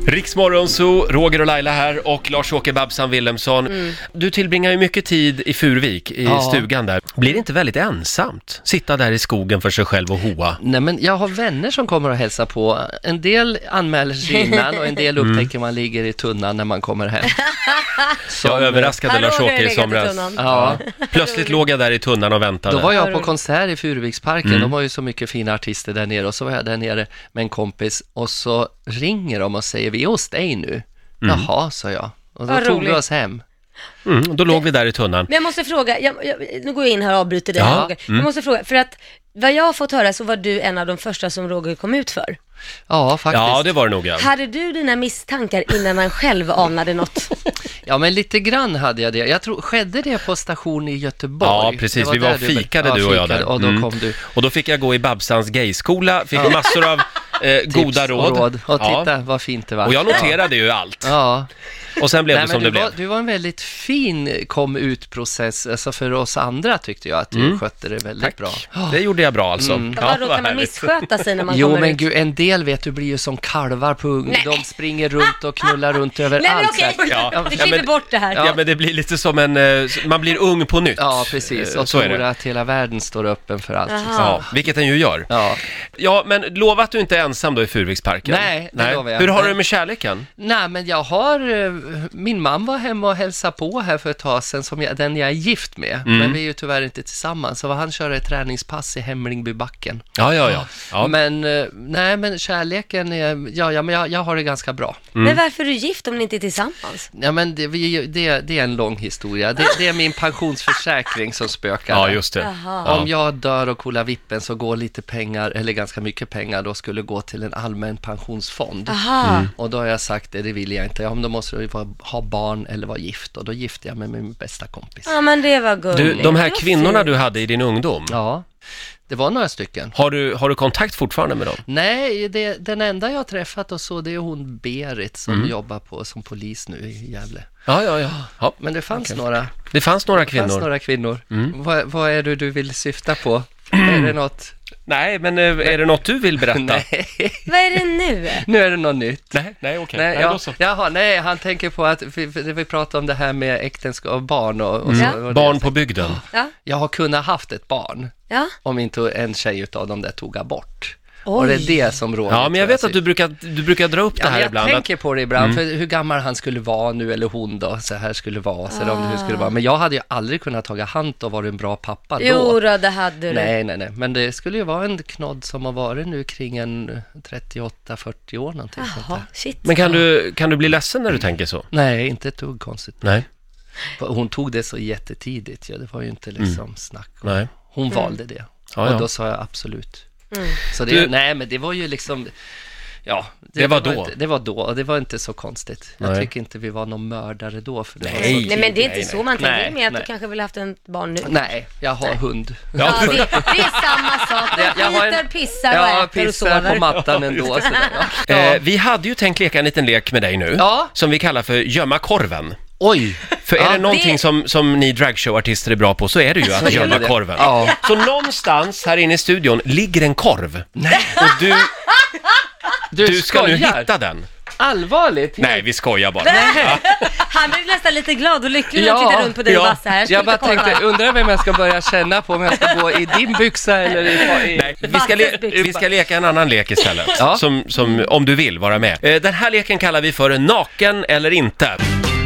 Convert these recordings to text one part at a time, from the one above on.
Riksmorgon så Roger och Laila här och Lars-Åke Babsan Willemsson. Du tillbringar ju mycket tid i Furuvik, i stugan där. Blir det inte väldigt ensamt? Sitta där i skogen för sig själv och hoa? Nej, men jag har vänner som kommer och hälsa på. En del anmäler sig innan och en del upptäcker man ligger i tunnan när man kommer hem. Jag överraskade Lars-Åke i somras. Ja. Plötsligt låg jag där i tunnan och väntade. Då var jag på konsert i Furuviksparken. De har ju så mycket fina artister där nere. Och så var jag där nere med en kompis. Och så ringer de och säger, vi är hos dig nu. Jaha, sa jag. Och då tog vi oss hem. Då låg vi där i tunnan. Men jag måste fråga, nu går jag in här och avbryter dig, Roger. Jag måste fråga, för att vad jag har fått höra så var du en av de första som Roger kom ut för. Ja, faktiskt. Ja, det var det nog. Ja. Hade du dina misstankar innan han själv anade något? Ja, men lite grann hade jag det. Jag tror, skedde det på station i Göteborg? Ja, precis. Vi var och fikade, du och jag där. Och då kom du. Och då fick jag gå i Babsans gayskola, fick massor av goda råd. Och titta, vad fint det var. Och jag noterade ju allt. Ja. Och sen blev det som det blev. Du var en väldigt fin kom-ut-process. Alltså för oss andra tyckte jag att du skötte det väldigt bra. Det gjorde jag bra alltså. Då kan man missköta sig när man jo, kommer men ut? Gud, en del vet du blir ju som kalvar på ung. De springer runt och knullar runt överallt. Nej, men okej. Vi klipper bort det här. Ja, men det blir lite som man blir ung på nytt. Ja, precis. Och så är tror det. att hela världen står öppen för allt. Ja, vilket den ju gör. Ja, men lova att du inte är ensam då i Furuviksparken. Nej, det lovar jag. Hur har du det med kärleken? Nej, men jag har... Min man var hemma och hälsade på här för ett tag sedan, den jag är gift med. Men vi är ju tyvärr inte tillsammans. Så han kör ett träningspass i Hemlingbybacken. Ja. Men nej, men kärleken är... men jag har det ganska bra. Men varför är du gift om ni inte är tillsammans? Ja, men det är en lång historia. Det är min pensionsförsäkring som spökar. Ja, just det. Om jag dör och kolar vippen så går lite pengar, eller ganska mycket pengar, då skulle gå till en allmän pensionsfond. Och då har jag sagt det vill jag inte. Ja, men då måste du ha barn eller vara gift. Och då gifte jag mig med min bästa kompis. Ja, men det var gulligt. De här kvinnorna du hade i din ungdom. Ja, det var några stycken. Har du kontakt fortfarande med dem? Nej, den enda jag har träffat och så, det är hon Berit som jobbar som polis nu i Gävle. Ja. Men det fanns några. Det fanns några kvinnor. Det fanns några kvinnor. Vad är det du vill syfta på? Är det något? Nej, men är det något du vill berätta? Nej. Vad är det nu? Nu är det något nytt. Nej, okej. Nej, han tänker på att vi pratar om det här med äktenskap och barn och så. Och barn på bygden. Ja. Jag har kunnat haft ett barn om inte en tjej utav dem där tog abort. Och det är det som råder. Ja, men jag vet att du brukar dra upp det här ibland. Jag tänker på det ibland, för hur gammal han skulle vara nu, eller hon då, så här skulle vara, så hur skulle vara. Men jag hade ju aldrig kunnat ta hand och vara en bra pappa då. Jo då, det hade du. Nej, men det skulle ju vara en knodd som har varit nu kring en 38-40 år någonting. Jaha, shit. Men kan du bli ledsen när du tänker så? Nej, inte ett dugg konstigt. Nej. Hon tog det så jättetidigt, det var ju inte liksom snack. Nej. Hon valde det. Ja. Och då sa jag absolut. Så det, nej, men det var ju liksom, det var då. Det var då, och det var inte så konstigt. Jag tycker inte vi var någon mördare då. För det Nej, men det är inte så man tänker med att nej. du kanske vill haft en barn nu. Nej, jag har hund. Ja, det är samma sak. Jag pissar och äter och sover. Pissar på mattan ändå. Vi hade ju tänkt leka en liten lek med dig nu, som vi kallar för gömma korven. Oj! För är det någonting som ni dragshowartister är bra på, så är det ju att gömma korven. Så någonstans här inne i studion ligger en korv. Nej. Och du ska nu hitta den. Allvarligt? Nej, vi skojar bara. Han blir nästan lite glad och lycklig när han tittar runt på dig och Basse här. Jag bara tänkte, undrar vem jag ska börja känna på, om jag ska gå i din byxa eller i... Nej, vi ska leka en annan lek istället. Som om du vill vara med. Den här leken kallar vi för naken eller inte.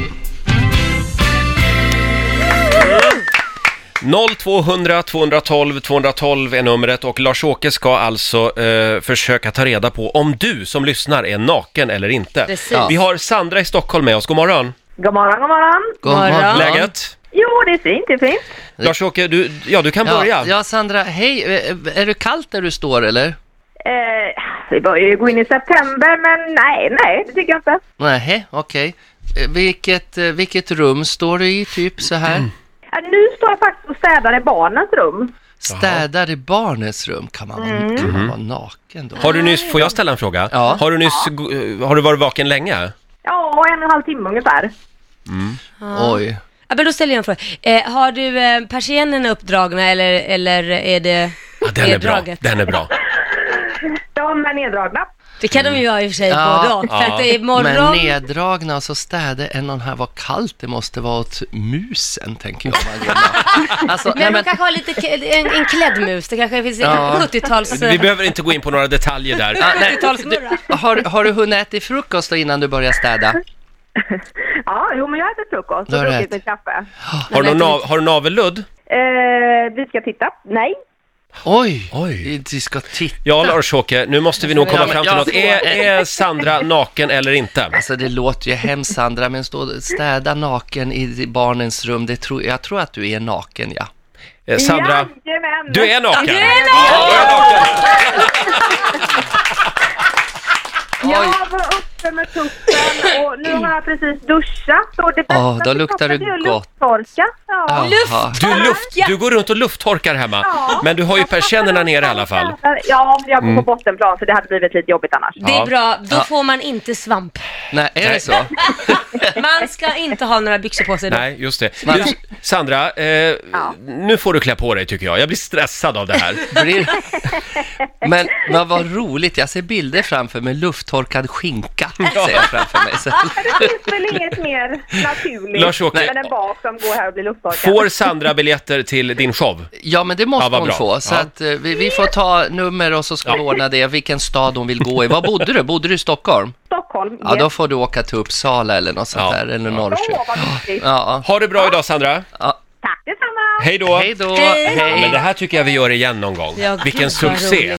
0200 212 212 är numret, och Lars-Åke ska alltså försöka ta reda på om du som lyssnar är naken eller inte. Vi har Sandra i Stockholm med oss. God morgon. God morgon. God morgon. Läget? Jo, det är fint, det är fint. Lars-Åke, du kan börja. Ja, Sandra, hej. Är det kallt där du står, eller? Vi börjar ju gå in i september, men nej, det tycker jag inte. Nej, okej. Vilket rum står du i, typ så här? Nu står jag faktiskt och städar i barnens rum. Städar i barnets rum? Kan man vara naken då? Får jag ställa en fråga? Ja. Har du varit vaken länge? Ja, 1,5 timme ungefär. Oj. Ja, men då ställer jag en fråga. Har du persiennerna uppdragna eller är det Den är bra. De är neddragna. Det kan de ju göra i och för sig både och. För att det är morgon... Men neddragna och så städa vad kallt det måste vara åt musen, tänker jag. Alltså, men man kanske har lite en kläddmus. Det kanske finns en 70-tals... Vi behöver inte gå in på några detaljer där. 70-talsmurra. Har du hunnit äta frukost då innan du börjar städa? Ja, men jag äter frukost och druckit med kaffe. Har du navelludd? Vi ska titta. Nej. Oj, vi ska titta. Ja, Lars-Åke, nu måste vi nog komma fram till något. Är Sandra naken eller inte? Alltså det låter ju hemskt, Sandra, men städa naken i barnens rum, jag tror att du är naken, ja. Sandra, Jajamän. du är naken! Du är naken! Jag var uppe med tuppen och nu har jag precis duschat. Och det bästa då luktar det gott. Lufttorka. Du går runt och lufttorkar hemma. Men du har ju persiennerna nere i alla fall. Ja, jag går på bottenplan så det hade blivit lite jobbigt annars. Det är bra, då får man inte svamp. Nej, är det så? Man ska inte ha några byxor på sig då. Nej, just det. Du, Sandra, nu får du klä på dig tycker jag. Jag blir stressad av det här. Men vad roligt, jag ser bilder framför mig, lufttorkad skinka ser jag framför mig. Så. Det finns väl inget mer naturligt Lars-Åke, än en bak som går här och blir lufttorkad. får Sandra biljetter till din show? Ja, men det måste hon bra. få. Så att vi får ta nummer och så ska vi ordna det, vilken stad hon vill gå i. Var bodde du? Bodde du i Stockholm? Stockholm. Ja, då får du åka till Uppsala eller något sånt där, eller Norrköping. Ha det bra idag, Sandra. Tack detsamma. Hej då. Hej då. Men det här tycker jag vi gör igen någon gång. Ja, vilken gud, vad succé. roligt.